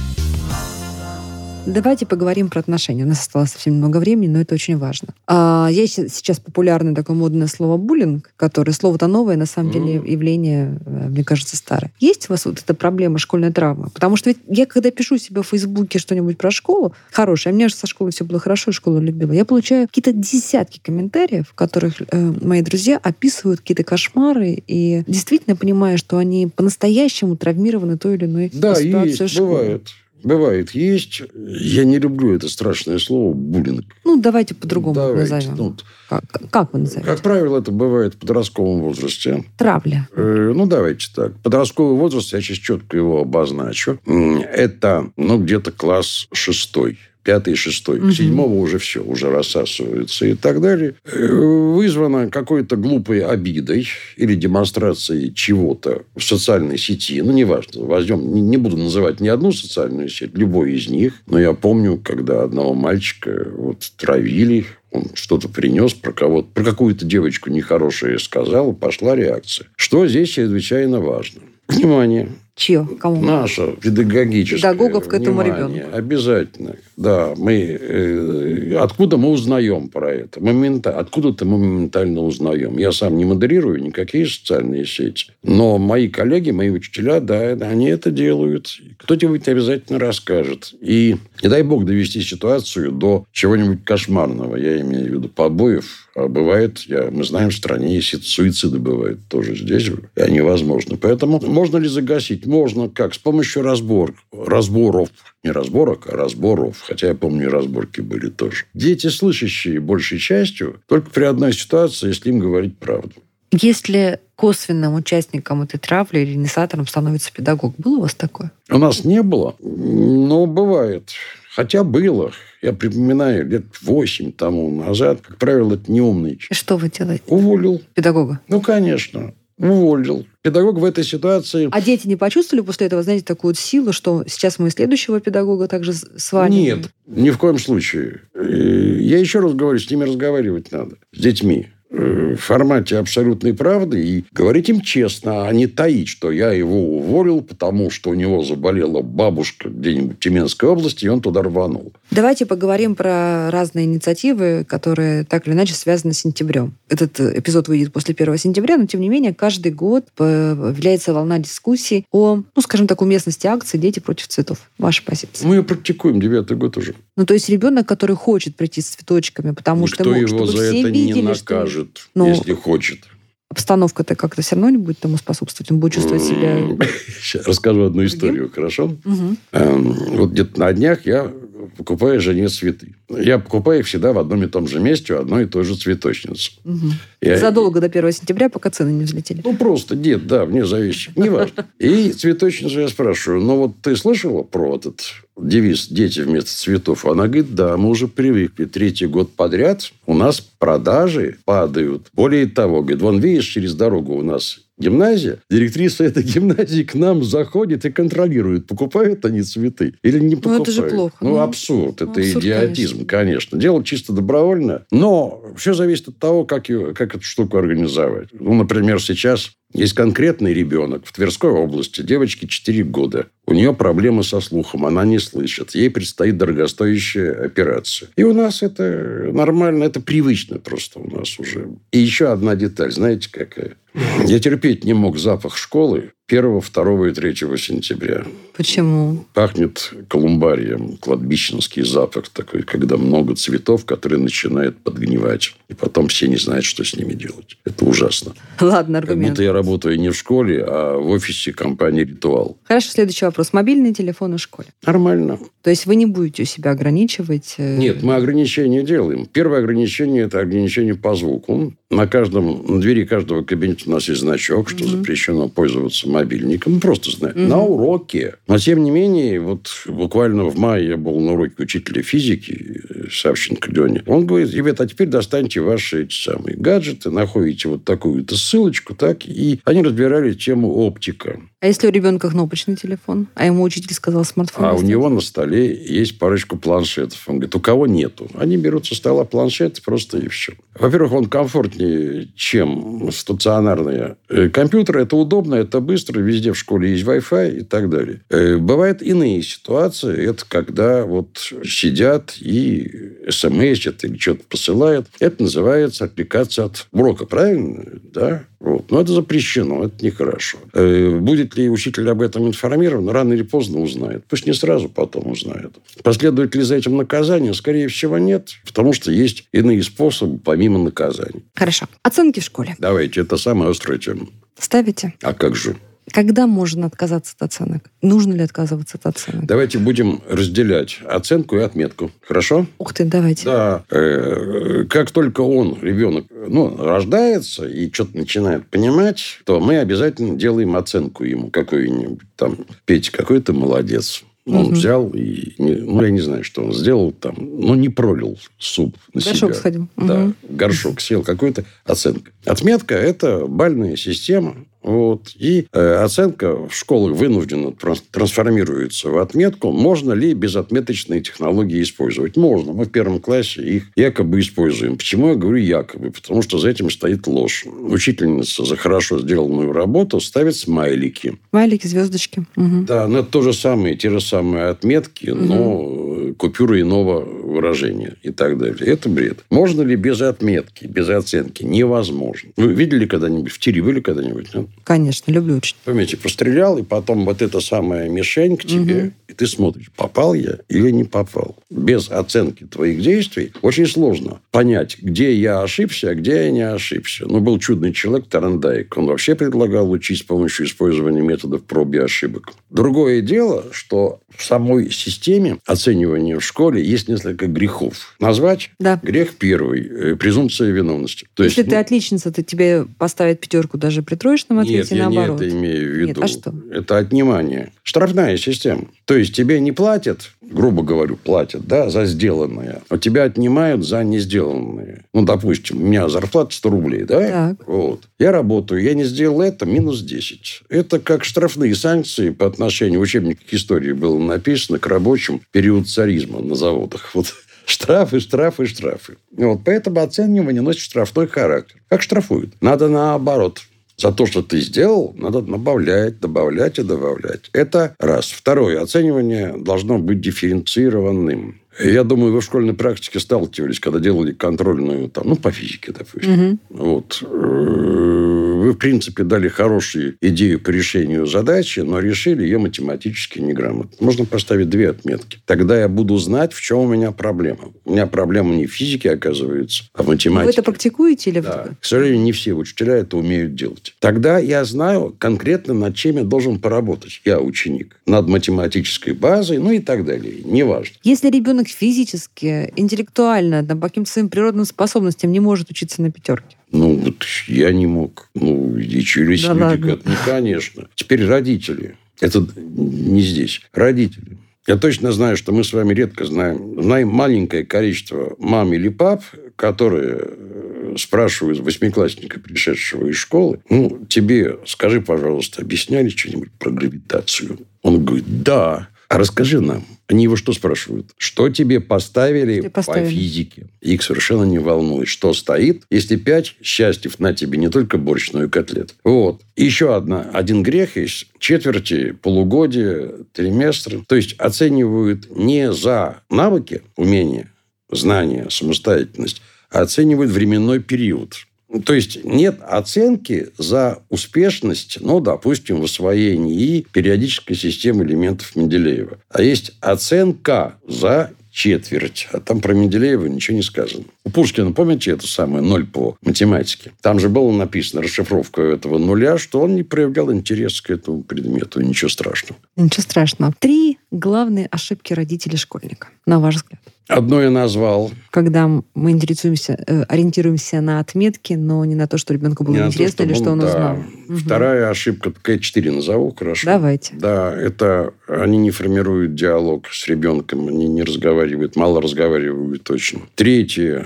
Speaker 4: Давайте поговорим про отношения. У нас осталось совсем немного времени, но это очень важно. А, есть сейчас популярное такое модное слово «буллинг», которое слово-то новое, на самом деле явление, мне кажется, старое. Есть у вас вот эта проблема школьная травма? Потому что ведь я, когда пишу себе в Фейсбуке что-нибудь про школу, хорошее, а мне же со школы все было хорошо, школу любила, я получаю какие-то десятки комментариев, в которых э, мои друзья описывают какие-то кошмары, и действительно понимаю, что они по-настоящему травмированы той или иной
Speaker 5: да,
Speaker 4: ситуацией
Speaker 5: есть,
Speaker 4: в школе.
Speaker 5: Бывает. Бывает, есть. Я не люблю это страшное слово «буллинг».
Speaker 4: Ну, давайте по-другому
Speaker 5: давайте.
Speaker 4: назовем.
Speaker 5: Ну,
Speaker 4: как, как вы назовете?
Speaker 5: Как правило, это бывает в подростковом возрасте.
Speaker 4: Травля.
Speaker 5: Э, ну, давайте так. Подростковый возраст, я сейчас четко его обозначу. Это, ну, где-то класс шестой. Пятый, шестой. Угу. К седьмому уже все, уже рассасывается и так далее. Вызвано какой-то глупой обидой или демонстрацией чего-то в социальной сети. Ну, неважно. Возьмем, не, не буду называть ни одну социальную сеть, любой из них. Но я помню, когда одного мальчика вот травили, он что-то принес про кого-то, про какую-то девочку нехорошее сказал, пошла реакция. Что здесь чрезвычайно важно? Внимание.
Speaker 4: Чье? Кому?
Speaker 5: Наша педагогическая.
Speaker 4: Педагогов к этому
Speaker 5: внимание.
Speaker 4: ребенку.
Speaker 5: Обязательно. Да. Мы, э, откуда мы узнаем про это? Момента, откуда-то мы моментально узнаем. Я сам не модерирую никакие социальные сети. Но мои коллеги, мои учителя, да, они это делают. Кто-нибудь обязательно расскажет. И не дай бог довести ситуацию до чего-нибудь кошмарного. Я имею в виду побоев. А бывает, я, мы знаем, в стране и суициды бывают тоже здесь. И они возможны. Поэтому можно ли загасить? Можно. Как? С помощью разбор, разборов. Не разборок, а разборов. Хотя я помню, и разборки были тоже. Дети, слышащие большей частью, только при одной ситуации, если им говорить правду.
Speaker 4: Если косвенным участником этой травли или инициатором становится педагог, было у вас такое?
Speaker 5: У нас не было, но бывает. Хотя было. Я припоминаю, лет восемь тому назад, как правило, это неумный.
Speaker 4: И что вы делаете?
Speaker 5: Уволил.
Speaker 4: Педагога?
Speaker 5: Ну, конечно. Уволил. Педагог в этой ситуации...
Speaker 4: А дети не почувствовали после этого, знаете, такую вот силу, что сейчас мы следующего педагога также с вами?
Speaker 5: Нет, ни в коем случае. Я еще раз говорю, с ними разговаривать надо. С детьми. В формате абсолютной правды и говорить им честно, а не таить, что я его уволил, потому что у него заболела бабушка где-нибудь в Тюменской области, и он туда рванул.
Speaker 4: Давайте поговорим про разные инициативы, которые так или иначе связаны с сентябрем. Этот эпизод выйдет после первого сентября, но, тем не менее, каждый год появляется волна дискуссий о, ну, скажем так, уместности акции «Дети против цветов». Ваша позиция?
Speaker 5: Мы ее практикуем девятый год уже.
Speaker 4: Ну, то есть ребенок, который хочет прийти с цветочками, потому
Speaker 5: Никто
Speaker 4: что...
Speaker 5: Никто его за
Speaker 4: все
Speaker 5: это
Speaker 4: видели,
Speaker 5: не накажет,
Speaker 4: что... Но...
Speaker 5: если хочет.
Speaker 4: Обстановка-то как-то все равно не будет тому способствовать. Он будет чувствовать себя...
Speaker 5: Сейчас расскажу одну историю, хорошо?
Speaker 4: Угу.
Speaker 5: Вот где-то на днях я покупаю жене цветы. Я покупаю их всегда в одном и том же месте у одной и той же цветочницы.
Speaker 4: Угу.
Speaker 5: Я...
Speaker 4: Задолго до первого сентября, пока цены не взлетели.
Speaker 5: Ну, просто нет, да, вне зависимости. Неважно. И цветочницу я спрашиваю, ну, вот ты слышала про этот девиз «Дети вместо цветов». Она говорит, да, мы уже привыкли. Третий год подряд у нас продажи падают. Более того, говорит, вон видишь, через дорогу у нас гимназия. Директриса этой гимназии к нам заходит и контролирует, покупают они цветы или не покупают.
Speaker 4: Ну, это же плохо.
Speaker 5: Ну,
Speaker 4: ну
Speaker 5: абсурд. Это
Speaker 4: абсурд,
Speaker 5: идиотизм, конечно. конечно. Дело чисто добровольно. Но все зависит от того, как, ее, как эту штуку организовать. Ну, например, сейчас есть конкретный ребенок в Тверской области, девочке четыре года. У нее проблемы со слухом, она не слышит. Ей предстоит дорогостоящая операция. И у нас это нормально, это привычно просто у нас уже. И еще одна деталь, знаете, какая? Я терпеть не мог запах школы первого, второго и третьего сентября.
Speaker 4: Почему?
Speaker 5: Пахнет колумбарием, кладбищенский запах такой, когда много цветов, которые начинают подгнивать. И потом все не знают, что с ними делать. Это ужасно.
Speaker 4: Ладно,
Speaker 5: Как
Speaker 4: аргумент.
Speaker 5: будто я работаю не в школе, а в офисе компании «Ритуал».
Speaker 4: Хорошо, следующий вопрос. Мобильные телефоны в школе.
Speaker 5: Нормально.
Speaker 4: То есть вы не будете у себя ограничивать? э,
Speaker 5: Нет, мы ограничения делаем. Первое ограничение – это ограничение по звуку. На каждом, на двери каждого кабинета у нас есть значок, что
Speaker 4: Мгм.
Speaker 5: запрещено пользоваться мобильником. Ну, просто знаем.
Speaker 4: Мгм.
Speaker 5: На уроке. Но, тем не менее, вот буквально в мае я был на уроке учителя физики Савченко Лёни. Он говорит, ребята, а теперь достаньте ваши эти самые гаджеты, находите вот такую-то ссылочку, так, и они разбирали тему оптика.
Speaker 4: А если у ребенка кнопочный телефон, а ему учитель сказал смартфон?
Speaker 5: А у
Speaker 4: достать?
Speaker 5: него на столе есть парочку планшетов. Он говорит, у кого нету? Они берут со стола планшеты просто и все. Во-первых, он комфортнее, чем стационарные э, компьютеры. Это удобно, это быстро. Везде в школе есть Wi-Fi и так далее. Э, Бывают иные ситуации. Это когда вот сидят и смс-ят или что-то посылают. Это называется отвлекаться от урока, правильно? Да? Вот. Но это запрещено, это нехорошо. Э, Будет ли учитель об этом информирован, рано или поздно узнает. Пусть не сразу, потом узнает. Последует ли за этим наказание? Скорее всего, нет. Потому что есть иные способы, помимо наказаний.
Speaker 4: Хорошо. Оценки в школе.
Speaker 5: Давайте, это самая острая тема.
Speaker 4: Ставите?
Speaker 5: А как же?
Speaker 4: Когда можно отказаться от оценок? Нужно ли отказываться от оценок?
Speaker 5: Давайте будем разделять оценку и отметку. Хорошо?
Speaker 4: Ух ты, давайте.
Speaker 5: Да. Э, Как только он, ребенок, ну, рождается и что-то начинает понимать, то мы обязательно делаем оценку ему какую-нибудь. Там, Петя, какой ты молодец. Он
Speaker 4: Мгм.
Speaker 5: взял и, не- ну, я не знаю, что он сделал там, но не пролил суп на
Speaker 4: Горшок
Speaker 5: себя.
Speaker 4: сходил.
Speaker 5: Да,
Speaker 4: Мгм.
Speaker 5: горшок сел, какой-то оценка. Отметка – это бальная система. Вот. И э, оценка в школах вынуждена транс- трансформируется в отметку. Можно ли безотметочные технологии использовать? Можно. Мы в первом классе их якобы используем. Почему я говорю якобы? Потому что за этим стоит ложь. Учительница за хорошо сделанную работу ставит смайлики.
Speaker 4: Смайлики, звездочки. Мгм.
Speaker 5: Да, но это то же самое, те же самые отметки, но купюры иного выражения и так далее. Это бред. Можно ли без отметки, без оценки? Невозможно. Вы видели когда-нибудь? В тире были когда-нибудь? Нет?
Speaker 4: Конечно, люблю очень.
Speaker 5: Помните, пострелял, и потом вот эта самая мишень к тебе,
Speaker 4: Мгм.
Speaker 5: и ты смотришь, попал я или не попал. Без оценки твоих действий очень сложно понять, где я ошибся, а где я не ошибся. Ну, был чудный человек Тарандайк. Он вообще предлагал учить с помощью использования методов проб и ошибок. Другое дело, что в самой системе оценивания в школе есть несколько грехов. Назвать?
Speaker 4: Да.
Speaker 5: Грех первый – презумпция виновности. То
Speaker 4: Если
Speaker 5: есть,
Speaker 4: ты
Speaker 5: ну,
Speaker 4: отличница, то тебе поставят пятерку даже при троечном
Speaker 5: Нет,
Speaker 4: ответе,
Speaker 5: я
Speaker 4: наоборот.
Speaker 5: не это имею в виду.
Speaker 4: Нет, а что?
Speaker 5: Это отнимание. Штрафная система. То есть, тебе не платят, грубо говорю, платят, да, за сделанное. А тебя отнимают за не сделанное. Ну, допустим, у меня зарплата сто рублей, да?
Speaker 4: Так.
Speaker 5: Вот. Я работаю, я не сделал это, минус десять. Это как штрафные санкции по отношению, в учебниках истории было написано, к рабочим в период царизма на заводах. Вот. Штрафы, штрафы, штрафы. Вот. Поэтому оценивание носит штрафной характер. Как штрафуют? Надо наоборот. За то, что ты сделал, надо добавлять, добавлять и добавлять. Это раз. Второе. Оценивание должно быть дифференцированным. Я думаю, вы в школьной практике сталкивались, когда делали контрольную, там, ну, по физике, допустим.
Speaker 4: Мгм.
Speaker 5: Вот. Вы, в принципе, дали хорошую идею по решению задачи, но решили ее математически неграмотно. Можно поставить две отметки. Тогда я буду знать, в чем у меня проблема. У меня проблема не в физике, оказывается, а в математике.
Speaker 4: Вы это практикуете или...
Speaker 5: Да. К сожалению, не все учителя это умеют делать. Тогда я знаю конкретно, над чем я должен поработать. Я ученик. Над математической базой, ну и так далее. Неважно.
Speaker 4: Если ребенок физически, интеллектуально, там, по каким-то своим природным способностям не может учиться на пятерке.
Speaker 5: Ну, вот я не мог. Ну, и чились
Speaker 4: Да
Speaker 5: люди.
Speaker 4: ладно.
Speaker 5: как- Ну, конечно. Теперь родители. Это не здесь. Родители. Я точно знаю, что мы с вами редко знаем. Знаем маленькое количество мам или пап, которые спрашивают восьмиклассника, пришедшего из школы, ну, тебе, скажи, пожалуйста, объясняли что-нибудь про гравитацию? Он говорит, да. А расскажи нам. Они его что спрашивают? Что тебе поставили,
Speaker 4: Что поставили?
Speaker 5: по физике? Их совершенно не волнует, что стоит. Если пять, счастьев на тебе не только борщ, но и котлет. Вот. И еще одна, один грех есть. Четверти, полугодия, триместры. То есть оценивают не за навыки, умения, знания, самостоятельность, а оценивают временной период. То есть нет оценки за успешность, ну, допустим, в освоении периодической системы элементов Менделеева. А есть оценка за четверть. А там про Менделеева ничего не сказано. У Пушкина, помните, это самое ноль по математике? Там же было написано, расшифровка этого нуля, что он не проявлял интерес к этому предмету. Ничего страшного.
Speaker 4: Ничего страшного. Три главные ошибки родителей школьника, на ваш взгляд.
Speaker 5: Одно я назвал.
Speaker 4: Когда мы интересуемся, э, ориентируемся на отметки, но не на то, что ребенку было
Speaker 5: Не на
Speaker 4: интересно
Speaker 5: то,
Speaker 4: или
Speaker 5: что
Speaker 4: что он
Speaker 5: да.
Speaker 4: узнал.
Speaker 5: Вторая ошибка, такая четыре назову, хорошо?
Speaker 4: Давайте.
Speaker 5: Да, это они не формируют диалог с ребенком, они не разговаривают, мало разговаривают точно. Третья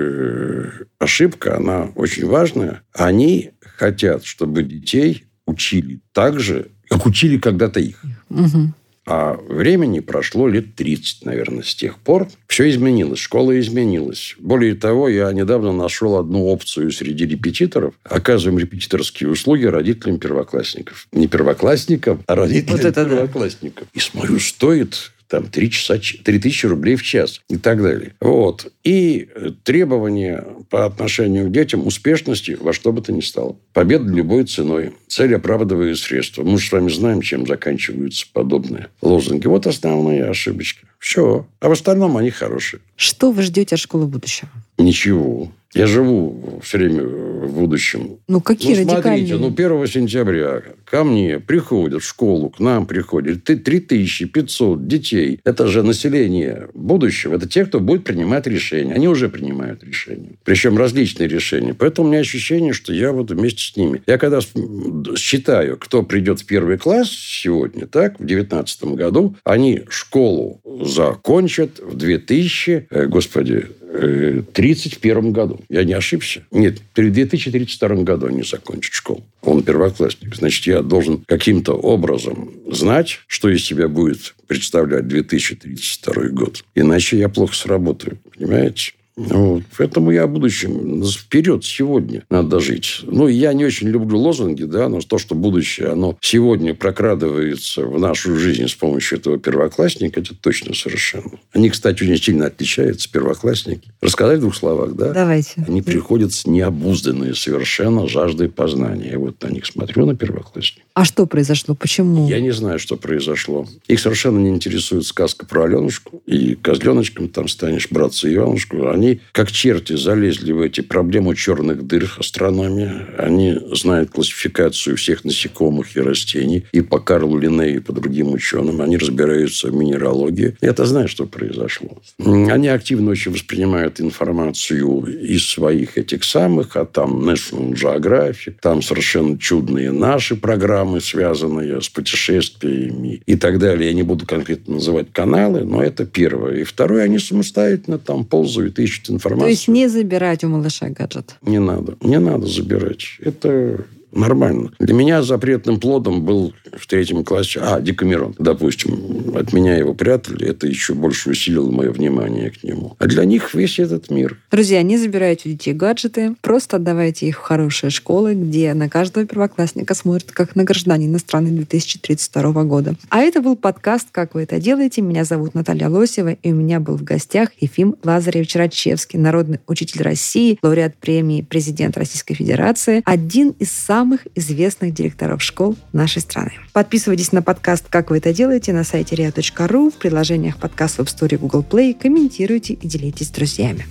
Speaker 5: э, ошибка, она очень важная. Они хотят, чтобы детей учили так же, как учили когда-то их.
Speaker 4: Угу.
Speaker 5: А времени прошло лет тридцать, наверное, с тех пор. Все изменилось, школа изменилась. Более того, я недавно нашел одну опцию среди репетиторов. Оказываем репетиторские услуги родителям первоклассников. Не первоклассникам, а родителям
Speaker 4: Вот это
Speaker 5: первоклассников. Да. И смотрю, стоит там три часа, три тысячи рублей в час и так далее. Вот. И требования по отношению к детям успешности во что бы то ни стало. Победа любой ценой. Цель оправдывает средства. Мы же с вами знаем, чем заканчиваются подобные лозунги. Вот основные ошибочки. Все. А в остальном они хорошие.
Speaker 4: Что вы ждете от школы будущего?
Speaker 5: Ничего. Я живу все время в будущем.
Speaker 4: Ну, какие
Speaker 5: ну,
Speaker 4: радикальные?
Speaker 5: Смотрите, ну, первого сентября ко мне приходят в школу, к нам приходят три тысячи пятьсот детей. Это же население будущего. Это те, кто будет принимать решения. Они уже принимают решения. Причем различные решения. Поэтому у меня ощущение, что я вот вместе с ними. Я когда считаю, кто придет в первый класс сегодня, так, в две тысячи девятнадцатом году, они школу закончат в две тысячи, э, господи, тридцать первом году. Я не ошибся? Нет, в две тысячи тридцать втором году они закончат школу. Он первоклассник. Значит, я должен каким-то образом знать, что из себя будет представлять две тысячи тридцать второй год. Иначе я плохо сработаю. Понимаете? Вот. Поэтому я о будущем вперед сегодня надо жить. Ну, я не очень люблю лозунги, да, но то, что будущее, оно сегодня прокрадывается в нашу жизнь с помощью этого первоклассника, это точно совершенно. Они, кстати, очень сильно отличаются, первоклассники. Рассказать в двух словах, да?
Speaker 4: Давайте.
Speaker 5: Они приходят с необузданной совершенно жаждой познания. Я вот на них смотрю, на первоклассников.
Speaker 4: А что произошло? Почему?
Speaker 5: Я не знаю, что произошло. Их совершенно не интересует сказка про Аленушку. И козленочком там станешь, братца Иванушку. Они как черти залезли в эти проблемы черных дыр астрономии. Они знают классификацию всех насекомых и растений. И по Карлу Линнею, и по другим ученым. Они разбираются в минералогии. Я-то знаю, что произошло. Они активно очень воспринимают информацию из своих этих самых. А там National Geographic. Там совершенно чудные наши программы, связанные с путешествиями и так далее. Я не буду конкретно называть каналы, но это первое. И второе, они самостоятельно там ползают, ищут информацию.
Speaker 4: То есть не забирать у малыша гаджет?
Speaker 5: Не надо. Не надо забирать. Это нормально. Для меня запретным плодом был в третьем классе... А, Декамерон, допустим. От меня его прятали. Это еще больше усилило мое внимание к нему. А для них весь этот мир.
Speaker 4: Друзья, не забирайте у детей гаджеты. Просто отдавайте их в хорошие школы, где на каждого первоклассника смотрят как на гражданина страны две тысячи тридцать второго года. А это был подкаст «Как вы это делаете?». Меня зовут Наталья Лосева, и у меня был в гостях Ефим Лазаревич Рачевский, народный учитель России, лауреат премии «Президент Российской Федерации», один из самых самых известных директоров школ нашей страны. Подписывайтесь на подкаст «Как вы это делаете» на сайте риа точка ру, в приложениях подкаст в App Store и Google Play. Комментируйте и делитесь с друзьями.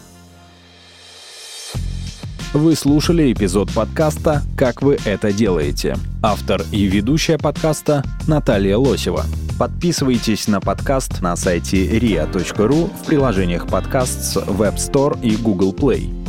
Speaker 3: Вы слушали эпизод подкаста «Как вы это делаете». Автор и ведущая подкаста Наталья Лосева. Подписывайтесь на подкаст на сайте риа точка ру, в приложениях подкаст в App Store и Google Play.